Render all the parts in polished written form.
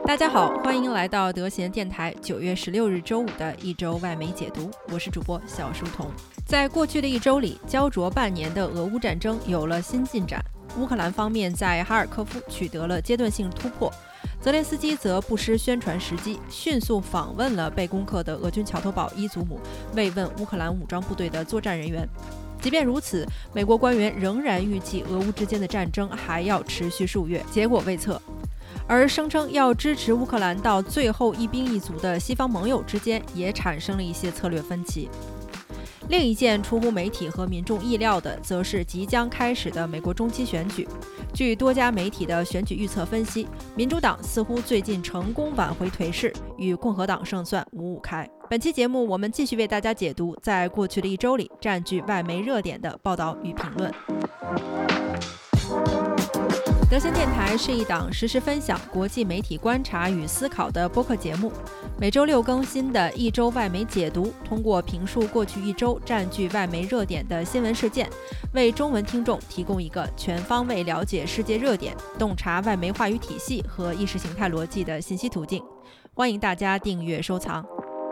大家好，欢迎来到德贤电台9月16日周五的一周外媒解读，我是主播小书童。在过去的一周里，焦灼半年的俄乌战争有了新进展，乌克兰方面在哈尔科夫取得了阶段性突破，泽连斯基则不失宣传时机，迅速访问了被攻克的俄军桥头堡伊祖姆，慰问乌克兰武装部队的作战人员。即便如此，美国官员仍然预计俄乌之间的战争还要持续数月，结果未测。而声称要支持乌克兰到最后一兵一卒的西方盟友之间也产生了一些策略分歧。另一件出乎媒体和民众意料的，则是即将开始的美国中期选举。据多家媒体的选举预测分析，民主党似乎最近成功挽回颓势，与共和党胜算5-5开。本期节目我们继续为大家解读在过去的一周里占据外媒热点的报道与评论。德贤电台是一档实时分享国际媒体观察与思考的播客节目，每周6更新的一周外媒解读，通过评述过去一周占据外媒热点的新闻事件，为中文听众提供一个全方位了解世界热点、洞察外媒话语体系和意识形态逻辑的信息途径。欢迎大家订阅收藏。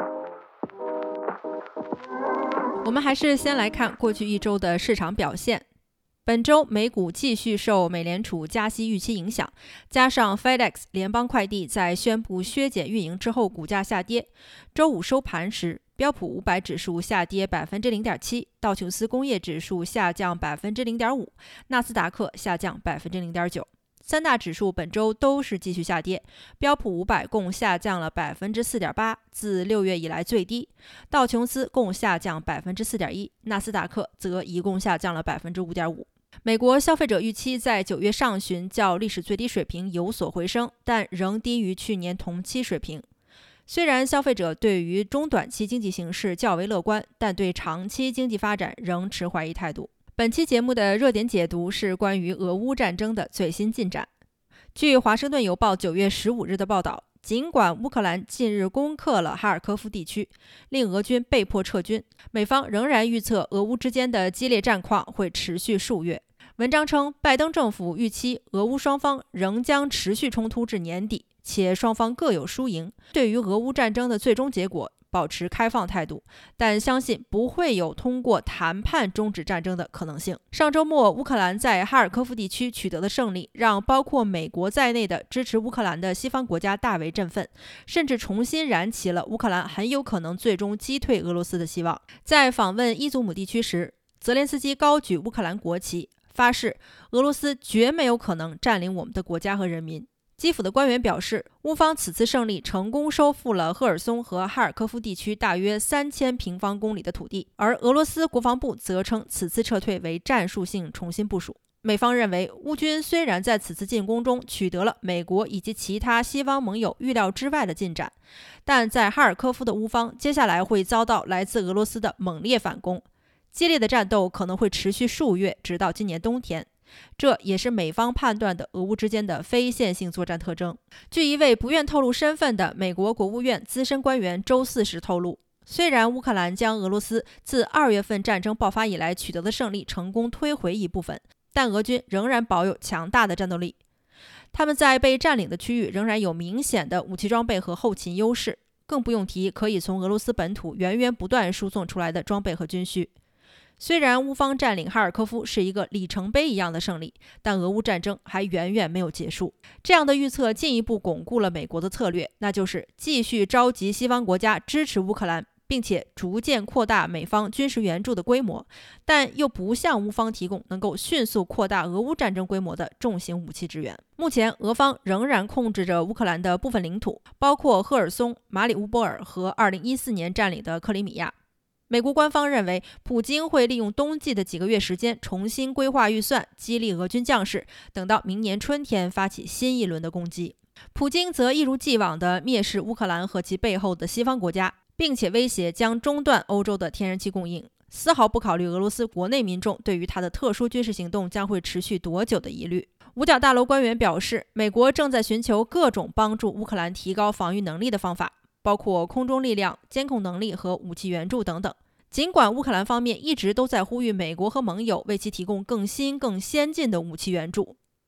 我们还是先来看过去一周的市场表现。本周美股继续受美联储加息预期影响，加上 FedEx 联邦快递在宣布削减运营之后股价下跌。周五收盘时，标普500指数下跌 0.7%， 道琼斯工业指数下降 0.5%， 纳斯达克下降 0.9%。三大指数本周都是继续下跌，标普500共下降了 4.8%， 自6月以来最低；道琼斯共下降 4.1%， 纳斯达克则一共下降了 5.5%。美国消费者预期在9月上旬较历史最低水平有所回升，但仍低于去年同期水平。虽然消费者对于中短期经济形势较为乐观，但对长期经济发展仍持怀疑态度。本期节目的热点解读是关于俄乌战争的最新进展。据华盛顿邮报9月15日的报道，尽管乌克兰近日攻克了哈尔科夫地区，令俄军被迫撤军，美方仍然预测俄乌之间的激烈战况会持续数月。文章称，拜登政府预期俄乌双方仍将持续冲突至年底，且双方各有输赢，对于俄乌战争的最终结果保持开放态度，但相信不会有通过谈判终止战争的可能性。上周末，乌克兰在哈尔科夫地区取得的胜利，让包括美国在内的支持乌克兰的西方国家大为振奋，甚至重新燃起了乌克兰很有可能最终击退俄罗斯的希望。在访问伊祖姆地区时，泽连斯基高举乌克兰国旗，发誓俄罗斯绝没有可能占领我们的国家和人民。基辅的官员表示，乌方此次胜利成功收复了赫尔松和哈尔科夫地区大约3000平方公里的土地，而俄罗斯国防部则称此次撤退为战术性重新部署。美方认为，乌军虽然在此次进攻中取得了美国以及其他西方盟友预料之外的进展，但在哈尔科夫的乌方接下来会遭到来自俄罗斯的猛烈反攻，激烈的战斗可能会持续数月，直到今年冬天。这也是美方判断的俄乌之间的非线性作战特征。据一位不愿透露身份的美国国务院资深官员周四时透露，虽然乌克兰将俄罗斯自2月份战争爆发以来取得的胜利成功推回一部分，但俄军仍然保有强大的战斗力。他们在被占领的区域仍然有明显的武器装备和后勤优势，更不用提可以从俄罗斯本土源源不断输送出来的装备和军需。虽然乌方占领哈尔科夫是一个里程碑一样的胜利，但俄乌战争还远远没有结束。这样的预测进一步巩固了美国的策略，那就是继续召集西方国家支持乌克兰，并且逐渐扩大美方军事援助的规模，但又不向乌方提供能够迅速扩大俄乌战争规模的重型武器支援。目前，俄方仍然控制着乌克兰的部分领土，包括赫尔松、马里乌波尔和2014年占领的克里米亚。美国官方认为，普京会利用冬季的几个月时间重新规划预算，激励俄军将士，等到明年春天发起新一轮的攻击。普京则一如既往地蔑视乌克兰和其背后的西方国家，并且威胁将中断欧洲的天然气供应，丝毫不考虑俄罗斯国内民众对于他的特殊军事行动将会持续多久的疑虑。五角大楼官员表示，美国正在寻求各种帮助乌克兰提高防御能力的方法，包括空中力量、监控能力和武器援助等等。尽管乌克兰方面一直都在呼吁美国和盟友为其提供更新、更先进的武器援助，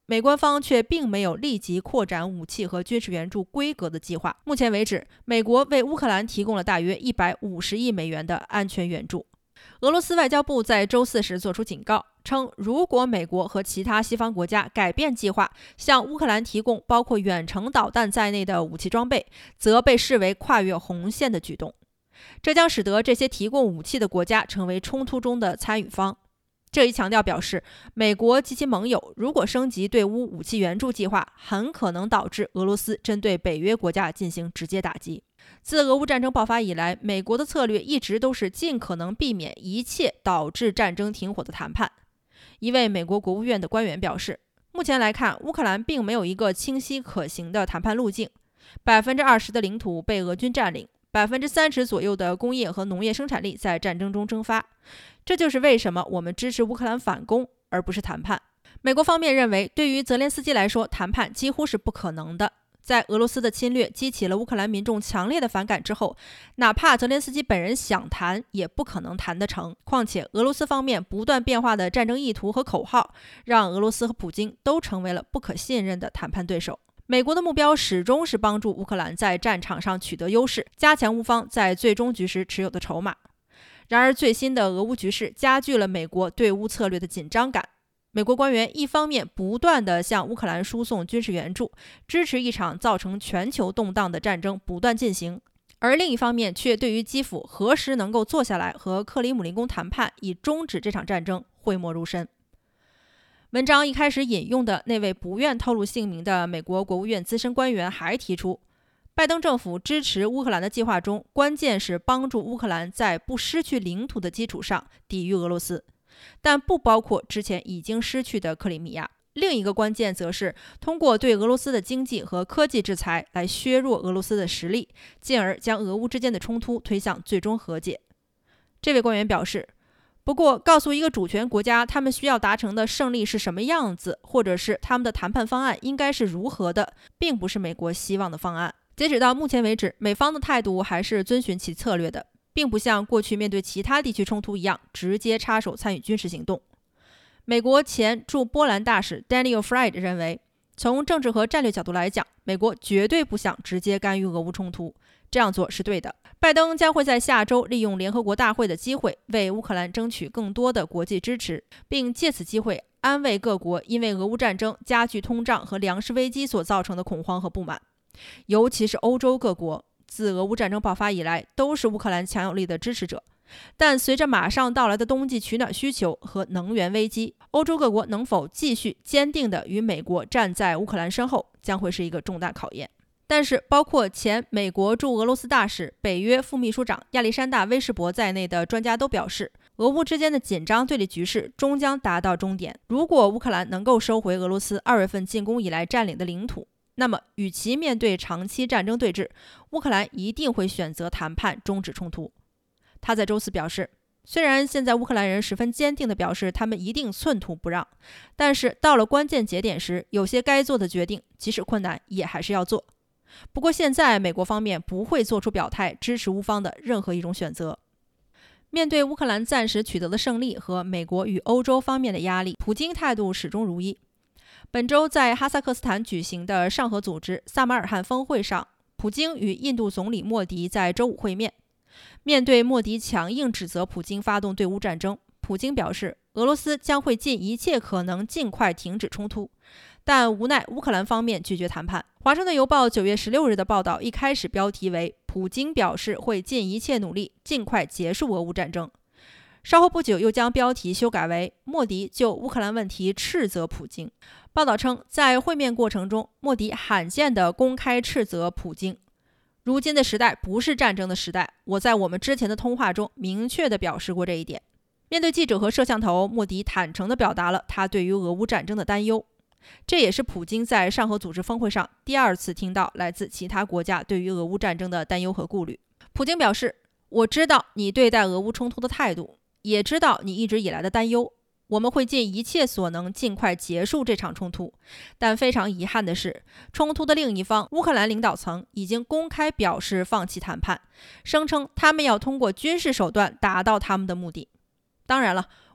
美官方却并没有立即扩展武器和军事援助规格的计划。目前为止，美国为乌克兰提供了大约150亿美元的安全援助。俄罗斯外交部在周四时作出警告，称如果美国和其他西方国家改变计划，向乌克兰提供包括远程导弹在内的武器装备，则被视为跨越红线的举动。这将使得这些提供武器的国家成为冲突中的参与方。这一强调表示，美国及其盟友如果升级对乌武器援助计划，很可能导致俄罗斯针对北约国家进行直接打击。自俄乌战争爆发以来，美国的策略一直都是尽可能避免一切导致战争停火的谈判。一位美国国务院的官员表示，目前来看，乌克兰并没有一个清晰可行的谈判路径。20%的领土被俄军占领，30%左右的工业和农业生产力在战争中蒸发。这就是为什么我们支持乌克兰反攻，而不是谈判。美国方面认为，对于泽连斯基来说，谈判几乎是不可能的。在俄罗斯的侵略激起了乌克兰民众强烈的反感之后，哪怕泽连斯基本人想谈，也不可能谈得成。况且，俄罗斯方面不断变化的战争意图和口号，让俄罗斯和普京都成为了不可信任的谈判对手。美国的目标始终是帮助乌克兰在战场上取得优势，加强乌方在最终局时持有的筹码。然而，最新的俄乌局势加剧了美国对乌策略的紧张感。美国官员一方面不断地向乌克兰输送军事援助，支持一场造成全球动荡的战争不断进行，而另一方面却对于基辅何时能够坐下来和克里姆林宫谈判以终止这场战争讳莫如深。文章一开始引用的那位不愿透露姓名的美国国务院资深官员还提出，拜登政府支持乌克兰的计划中，关键是帮助乌克兰在不失去领土的基础上抵御俄罗斯，但不包括之前已经失去的克里米亚。另一个关键则是通过对俄罗斯的经济和科技制裁来削弱俄罗斯的实力，进而将俄乌之间的冲突推向最终和解。这位官员表示，不过，告诉一个主权国家他们需要达成的胜利是什么样子，或者是他们的谈判方案应该是如何的，并不是美国希望的方案。截止到目前为止，美方的态度还是遵循其策略的，并不像过去面对其他地区冲突一样直接插手参与军事行动。美国前驻波兰大使 Daniel Fried 认为，从政治和战略角度来讲，美国绝对不想直接干预俄乌冲突，这样做是对的。拜登将会在下周利用联合国大会的机会，为乌克兰争取更多的国际支持，并借此机会安慰各国因为俄乌战争加剧通胀和粮食危机所造成的恐慌和不满。尤其是欧洲各国，自俄乌战争爆发以来，都是乌克兰强有力的支持者。但随着马上到来的冬季取暖需求和能源危机，欧洲各国能否继续坚定地与美国站在乌克兰身后，将会是一个重大考验。但是，包括前美国驻俄罗斯大使、北约副秘书长亚历山大·威士伯在内的专家都表示，俄乌之间的紧张对立局势终将达到终点。如果乌克兰能够收回俄罗斯2月份进攻以来占领的领土，那么与其面对长期战争对峙，乌克兰一定会选择谈判终止冲突。他在周四表示，虽然现在乌克兰人十分坚定地表示他们一定寸土不让，但是到了关键节点时，有些该做的决定，即使困难也还是要做。不过现在美国方面不会做出表态支持乌方的任何一种选择。面对乌克兰暂时取得的胜利和美国与欧洲方面的压力，普京态度始终如一。本周在哈萨克斯坦举行的上合组织萨马尔罕峰会上，普京与印度总理莫迪在周五会面。面对莫迪强硬指责普京发动对乌战争，普京表示，俄罗斯将会尽一切可能尽快停止冲突，但无奈乌克兰方面拒绝谈判。华盛顿邮报9月16日的报道一开始标题为“普京表示会尽一切努力尽快结束俄乌战争”，稍后不久又将标题修改为“莫迪就乌克兰问题斥责普京”。报道称，在会面过程中，莫迪罕见地公开斥责普京。如今的时代不是战争的时代，我在我们之前的通话中明确地表示过这一点。面对记者和摄像头，莫迪坦诚地表达了他对于俄乌战争的担忧。这也是普京在上合组织峰会上第二次听到来自其他国家对于俄乌战争的担忧和顾虑。普京表示，我知道你对待俄乌冲突的态度，也知道你一直以来的担忧。我们会尽一切所能尽快结束这场冲突，但非常遗憾的是，冲突的另一方乌克兰领导层已经公开表示放弃谈判，声称他们要通过军事手段达到他们的目的。当然了，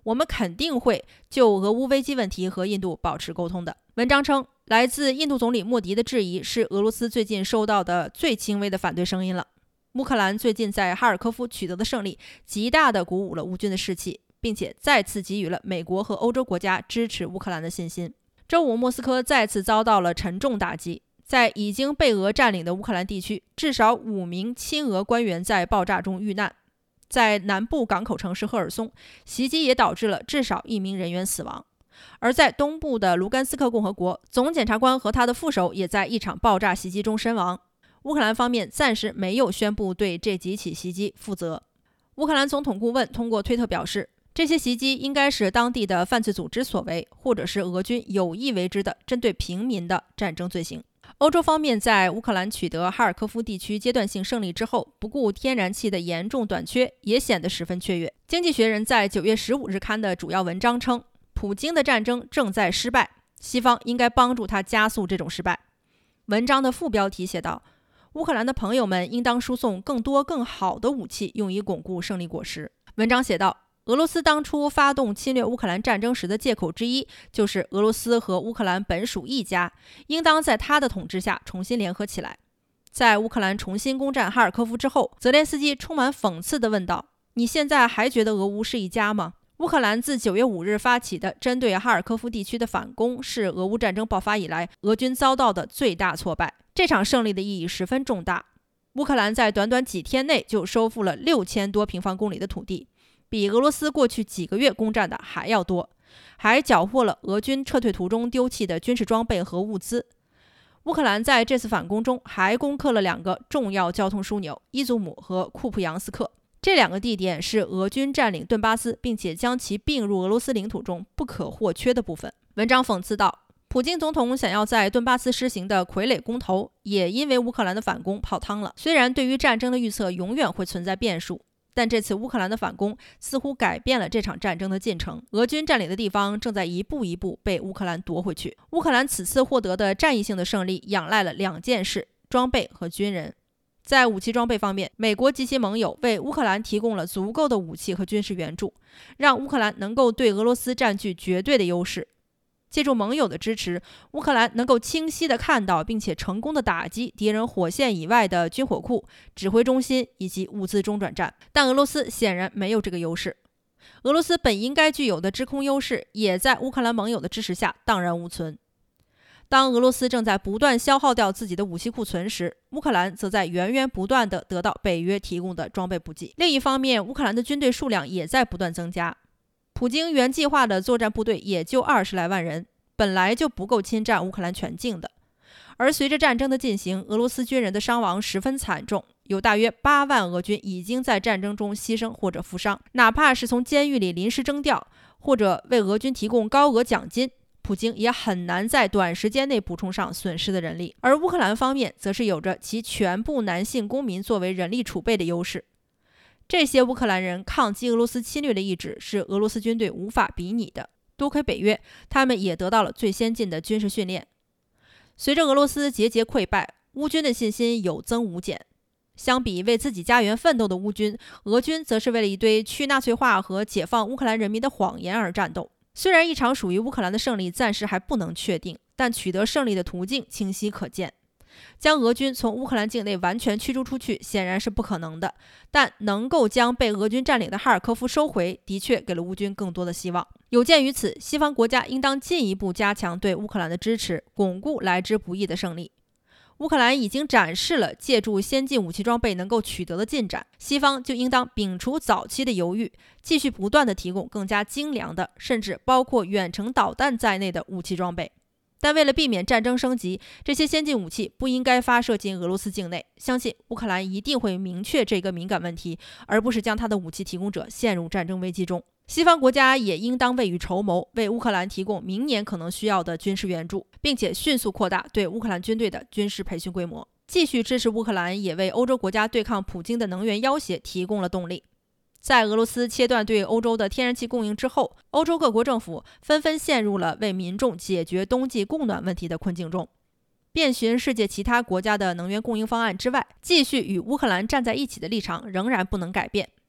我们肯定会就俄乌危机问题和印度保持沟通的。文章称，来自印度总理莫迪的质疑是俄罗斯最近收到的最轻微的反对声音了。乌克兰最近在哈尔科夫取得的胜利，极大地鼓舞了乌军的士气，并且再次给予了美国和欧洲国家支持乌克兰的信心。周五，莫斯科再次遭到了沉重打击，在已经被俄占领的乌克兰地区，至少5名亲俄官员在爆炸中遇难。在南部港口城市赫尔松，袭击也导致了至少1名人员死亡。而在东部的卢甘斯克共和国，总检察官和他的副手也在一场爆炸袭击中身亡。乌克兰方面暂时没有宣布对这几起袭击负责。乌克兰总统顾问通过推特表示，这些袭击应该是当地的犯罪组织所为，或者是俄军有意为之的针对平民的战争罪行。欧洲方面在乌克兰取得哈尔科夫地区阶段性胜利之后，不顾天然气的严重短缺，也显得十分雀跃。经济学人在9月15日刊的主要文章称，普京的战争正在失败，西方应该帮助他加速这种失败。文章的副标题写道，乌克兰的朋友们应当输送更多更好的武器，用以巩固胜利果实。文章写道，俄罗斯当初发动侵略乌克兰战争时的借口之一，就是俄罗斯和乌克兰本属一家，应当在他的统治下重新联合起来。在乌克兰重新攻占哈尔科夫之后，泽连斯基充满讽刺地问道，你现在还觉得俄乌是一家吗？乌克兰自9月5日发起的针对哈尔科夫地区的反攻，是俄乌战争爆发以来俄军遭到的最大挫败。这场胜利的意义十分重大。乌克兰在短短几天内就收复了6000多平方公里的土地，比俄罗斯过去几个月攻占的还要多，还缴获了俄军撤退途中丢弃的军事装备和物资。乌克兰在这次反攻中还攻克了2个重要交通枢纽，伊祖姆和库普扬斯克。这2个地点是俄军占领顿巴斯并且将其并入俄罗斯领土中不可或缺的部分。文章讽刺道，普京总统想要在顿巴斯施行的傀儡公投，也因为乌克兰的反攻泡汤了。虽然对于战争的预测永远会存在变数，但这次乌克兰的反攻似乎改变了这场战争的进程。俄军占领的地方正在一步一步被乌克兰夺回去。乌克兰此次获得的战役性的胜利仰赖了2件事：装备和军人。在武器装备方面，美国及其盟友为乌克兰提供了足够的武器和军事援助，让乌克兰能够对俄罗斯占据绝对的优势。借助盟友的支持，乌克兰能够清晰地看到并且成功地打击敌人火线以外的军火库、指挥中心以及物资中转站。但俄罗斯显然没有这个优势。俄罗斯本应该具有的制空优势，也在乌克兰盟友的支持下荡然无存。当俄罗斯正在不断消耗掉自己的武器库存时，乌克兰则在源源不断地得到北约提供的装备补给。另一方面，乌克兰的军队数量也在不断增加。普京原计划的作战部队也就20来万人，本来就不够侵占乌克兰全境的。而随着战争的进行，俄罗斯军人的伤亡十分惨重，有大约8万俄军已经在战争中牺牲或者负伤。哪怕是从监狱里临时征调，或者为俄军提供高额奖金，普京也很难在短时间内补充上损失的人力。而乌克兰方面则是有着其全部男性公民作为人力储备的优势。这些乌克兰人抗击俄罗斯侵略的意志是俄罗斯军队无法比拟的。多亏北约，他们也得到了最先进的军事训练。随着俄罗斯节节溃败，乌军的信心有增无减。相比为自己家园奋斗的乌军，俄军则是为了一堆去纳粹化和解放乌克兰人民的谎言而战斗。虽然一场属于乌克兰的胜利暂时还不能确定，但取得胜利的途径清晰可见。将俄军从乌克兰境内完全驱逐出去显然是不可能的，但能够将被俄军占领的哈尔科夫收回，的确给了乌军更多的希望。有鉴于此，西方国家应当进一步加强对乌克兰的支持，巩固来之不易的胜利。乌克兰已经展示了借助先进武器装备能够取得的进展，西方就应当摒除早期的犹豫，继续不断地提供更加精良的，甚至包括远程导弹在内的武器装备。但为了避免战争升级，这些先进武器不应该发射进俄罗斯境内。相信乌克兰一定会明确这个敏感问题，而不是将他的武器提供者陷入战争危机中。西方国家也应当未雨绸缪，为乌克兰提供明年可能需要的军事援助，并且迅速扩大对乌克兰军队的军事培训规模。继续支持乌克兰，也为欧洲国家对抗普京的能源要挟提供了动力。在俄罗斯切断对欧洲的天然气供应之后，欧洲各国政府纷纷陷入了为民众解决冬季供暖问题的困境中。遍寻世界其他国家的能源供应方案之外，继续与乌克兰站在一起的立场仍然不能改变。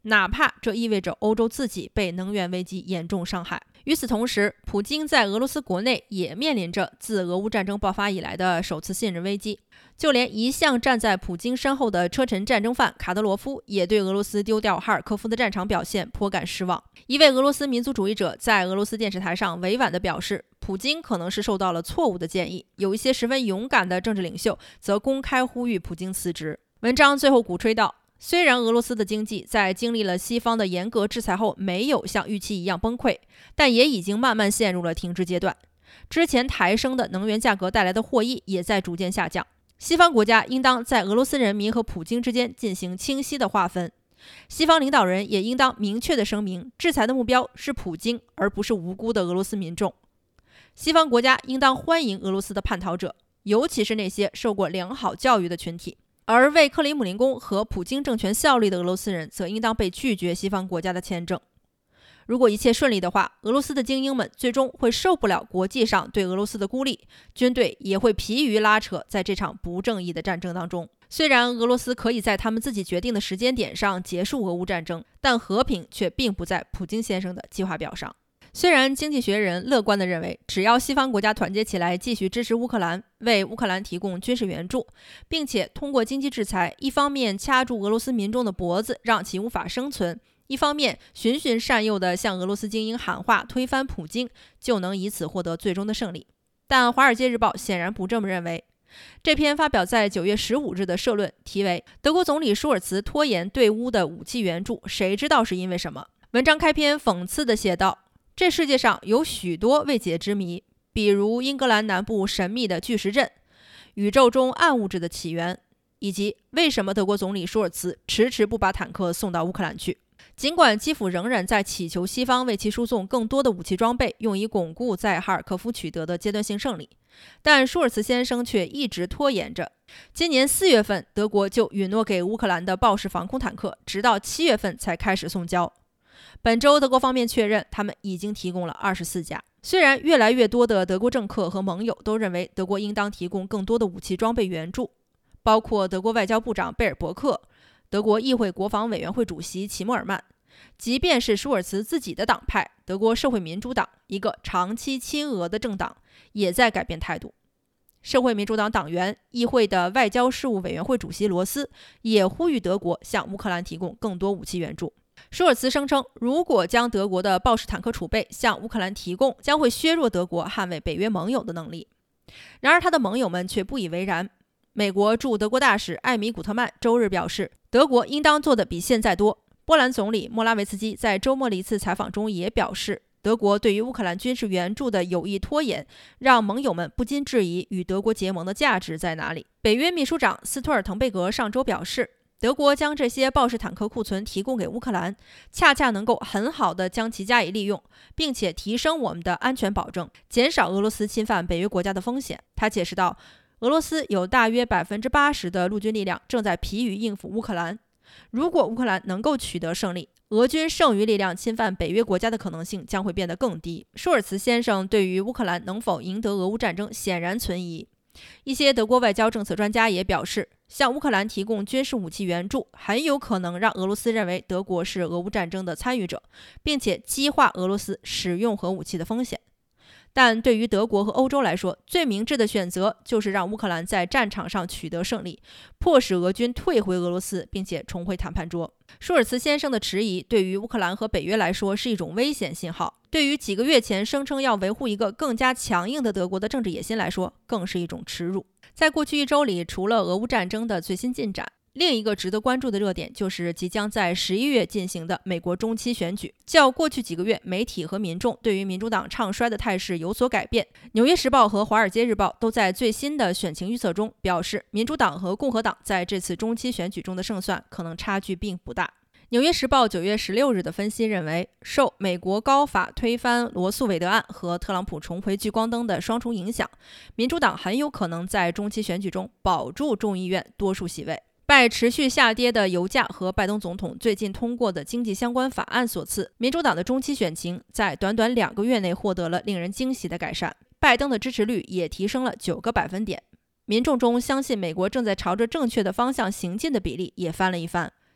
哪怕这意味着欧洲自己被能源危机严重伤害。与此同时，普京在俄罗斯国内也面临着自俄乌战争爆发以来的首次信任危机。就连一向站在普京身后的车臣战争犯卡德罗夫也对俄罗斯丢掉哈尔科夫的战场表现颇感失望。一位俄罗斯民族主义者在俄罗斯电视台上委婉地表示，普京可能是受到了错误的建议，有一些十分勇敢的政治领袖则公开呼吁普京辞职。文章最后鼓吹道，虽然俄罗斯的经济在经历了西方的严格制裁后没有像预期一样崩溃，但也已经慢慢陷入了停滞阶段。之前抬升的能源价格带来的获益也在逐渐下降。西方国家应当在俄罗斯人民和普京之间进行清晰的划分。西方领导人也应当明确地声明，制裁的目标是普京，而不是无辜的俄罗斯民众。西方国家应当欢迎俄罗斯的叛逃者，尤其是那些受过良好教育的群体。而为克里姆林宫和普京政权效力的俄罗斯人则应当被拒绝西方国家的签证。如果一切顺利的话，俄罗斯的精英们最终会受不了国际上对俄罗斯的孤立，军队也会疲于拉扯在这场不正义的战争当中。虽然俄罗斯可以在他们自己决定的时间点上结束俄乌战争，但和平却并不在普京先生的计划表上。虽然《经济学人》乐观地认为，只要西方国家团结起来，继续支持乌克兰，为乌克兰提供军事援助，并且通过经济制裁，一方面掐住俄罗斯民众的脖子，让其无法生存，一方面循循善诱地向俄罗斯精英喊话推翻普京，就能以此获得最终的胜利。但《华尔街日报》显然不这么认为。这篇发表在9月15日的社论题为《德国总理舒尔茨拖延对乌的武器援助，谁知道是因为什么》。文章开篇讽刺地写道，这世界上有许多未解之谜，比如英格兰南部神秘的巨石阵、宇宙中暗物质的起源，以及为什么德国总理舒尔茨迟迟不把坦克送到乌克兰去。尽管基辅仍然在祈求西方为其输送更多的武器装备，用以巩固在哈尔科夫取得的阶段性胜利，但舒尔茨先生却一直拖延着。今年4月份，德国就允诺给乌克兰的豹式防空坦克，直到7月份才开始送交。本周，德国方面确认，他们已经提供了24架。虽然越来越多的德国政客和盟友都认为德国应当提供更多的武器装备援助，包括德国外交部长贝尔伯克、德国议会国防委员会主席齐默尔曼，即便是舒尔茨自己的党派德国社会民主党，一个长期亲俄的政党，也在改变态度。社会民主党党员、议会的外交事务委员会主席罗斯也呼吁德国向乌克兰提供更多武器援助。舒尔茨声称，如果将德国的豹式坦克储备向乌克兰提供，将会削弱德国捍卫北约盟友的能力。然而他的盟友们却不以为然。美国驻德国大使艾米古特曼周日表示，德国应当做的比现在多。波兰总理莫拉维茨基在周末的一次采访中也表示，德国对于乌克兰军事援助的有意拖延，让盟友们不禁质疑与德国结盟的价值在哪里。北约秘书长斯托尔滕贝格上周表示，德国将这些豹式坦克库存提供给乌克兰，恰恰能够很好地将其加以利用，并且提升我们的安全保证，减少俄罗斯侵犯北约国家的风险。他解释道，俄罗斯有大约80%的陆军力量正在疲于应付乌克兰。如果乌克兰能够取得胜利，俄军剩余力量侵犯北约国家的可能性将会变得更低。舒尔茨先生对于乌克兰能否赢得俄乌战争显然存疑。一些德国外交政策专家也表示，向乌克兰提供军事武器援助很有可能让俄罗斯认为德国是俄乌战争的参与者，并且激化俄罗斯使用核武器的风险。但对于德国和欧洲来说，最明智的选择就是让乌克兰在战场上取得胜利，迫使俄军退回俄罗斯，并且重回谈判桌。舒尔茨先生的迟疑对于乌克兰和北约来说是一种危险信号，对于几个月前声称要维护一个更加强硬的德国的政治野心来说，更是一种耻辱。在过去1周里，除了俄乌战争的最新进展，另一个值得关注的热点就是即将在11月进行的美国中期选举。较过去几个月，媒体和民众对于民主党唱衰的态势有所改变。纽约时报和华尔街日报都在最新的选情预测中表示，民主党和共和党在这次中期选举中的胜算可能差距并不大。纽约时报9月16日的分析认为，受美国高法推翻罗素韦德案和特朗普重回聚光灯的双重影响，民主党很有可能在中期选举中保住众议院多数席位。拜持续下跌的油价和拜登总统最近通过的经济相关法案所赐，民主党的中期选情在短短2个月内获得了令人惊喜的改善，拜登的支持率也提升了9个百分点，民众中相信美国正在朝着正确的方向行进的比例也翻了一番。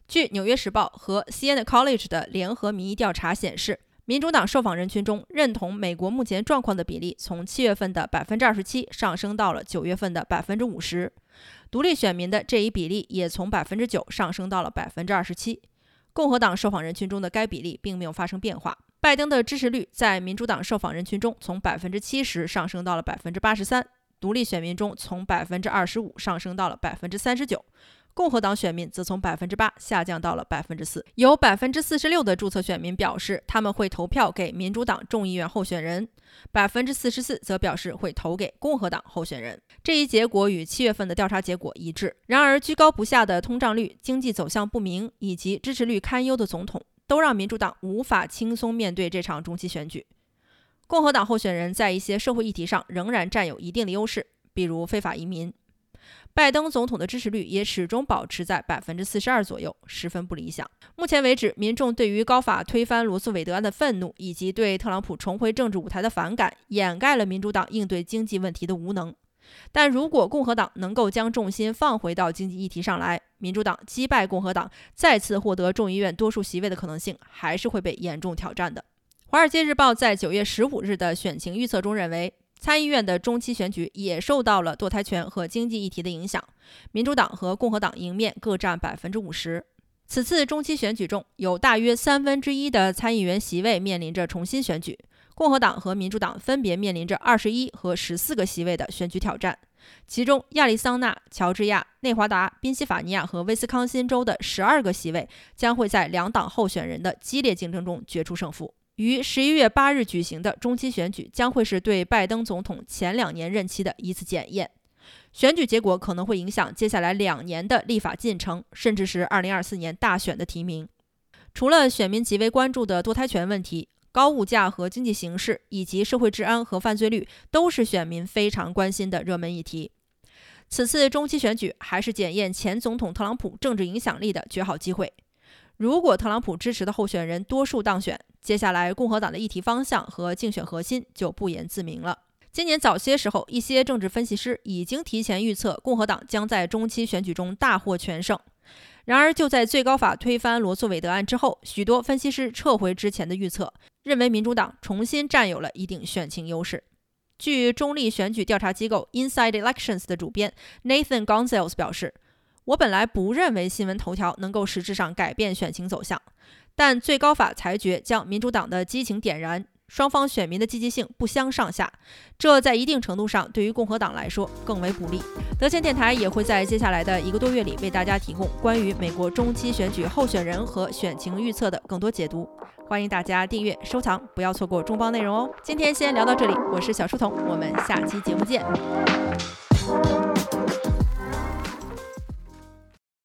据《纽约时报》和 Siena College 的联合民意调查显示，民主党受访人群中认同美国目前状况的比例从7月份的 27% 上升到了9月份的 50%， 独立选民的这一比例也从 9% 上升到了 27%。 共和党受访人群中的该比例并没有发生变化。拜登的支持率在民主党受访人群中从 70% 上升到了 83%， 独立选民中从 25% 上升到了 39%，共和党选民则从 8% 下降到了 4%。 有 46% 的注册选民表示他们会投票给民主党众议院候选人， 44% 则表示会投给共和党候选人。这一结果与7月份的调查结果一致。然而，居高不下的通胀率、经济走向不明以及支持率堪忧的总统，都让民主党无法轻松面对这场中期选举。共和党候选人在一些社会议题上仍然占有一定的优势，比如非法移民。拜登总统的支持率也始终保持在 42% 左右，十分不理想。目前为止，民众对于高法推翻罗诉韦德案的愤怒，以及对特朗普重回政治舞台的反感，掩盖了民主党应对经济问题的无能。但如果共和党能够将重心放回到经济议题上来，民主党击败共和党，再次获得众议院多数席位的可能性还是会被严重挑战的。华尔街日报在9月15日的选情预测中认为，参议院的中期选举也受到了堕胎权和经济议题的影响，民主党和共和党赢面各占 50%。 此次中期选举中有大约1/3的参议员席位面临着重新选举，共和党和民主党分别面临着21和14个席位的选举挑战，其中亚利桑那、乔治亚、内华达、宾夕法尼亚和威斯康辛州的12个席位将会在两党候选人的激烈竞争中决出胜负。于11月8日举行的中期选举将会是对拜登总统前2年任期的一次检验。选举结果可能会影响接下来2年的立法进程，甚至是2024年大选的提名。除了选民极为关注的堕胎权问题，高物价和经济形势以及社会治安和犯罪率都是选民非常关心的热门议题。此次中期选举还是检验前总统特朗普政治影响力的绝好机会。如果特朗普支持的候选人多数当选，接下来共和党的议题方向和竞选核心就不言自明了。今年早些时候，一些政治分析师已经提前预测共和党将在中期选举中大获全胜。然而，就在最高法推翻罗诉韦德案之后，许多分析师撤回之前的预测，认为民主党重新占有了一定选情优势。据中立选举调查机构 Inside Elections 的主编 Nathan Gonzalez 表示，我本来不认为新闻头条能够实质上改变选情走向，但最高法裁决将民主党的激情点燃，双方选民的积极性不相上下，这在一定程度上对于共和党来说更为不利。德谦电台也会在接下来的1个多月里为大家提供关于美国中期选举候选人和选情预测的更多解读，欢迎大家订阅收藏，不要错过重磅内容哦。今天先聊到这里，我是小书童，我们下期节目见。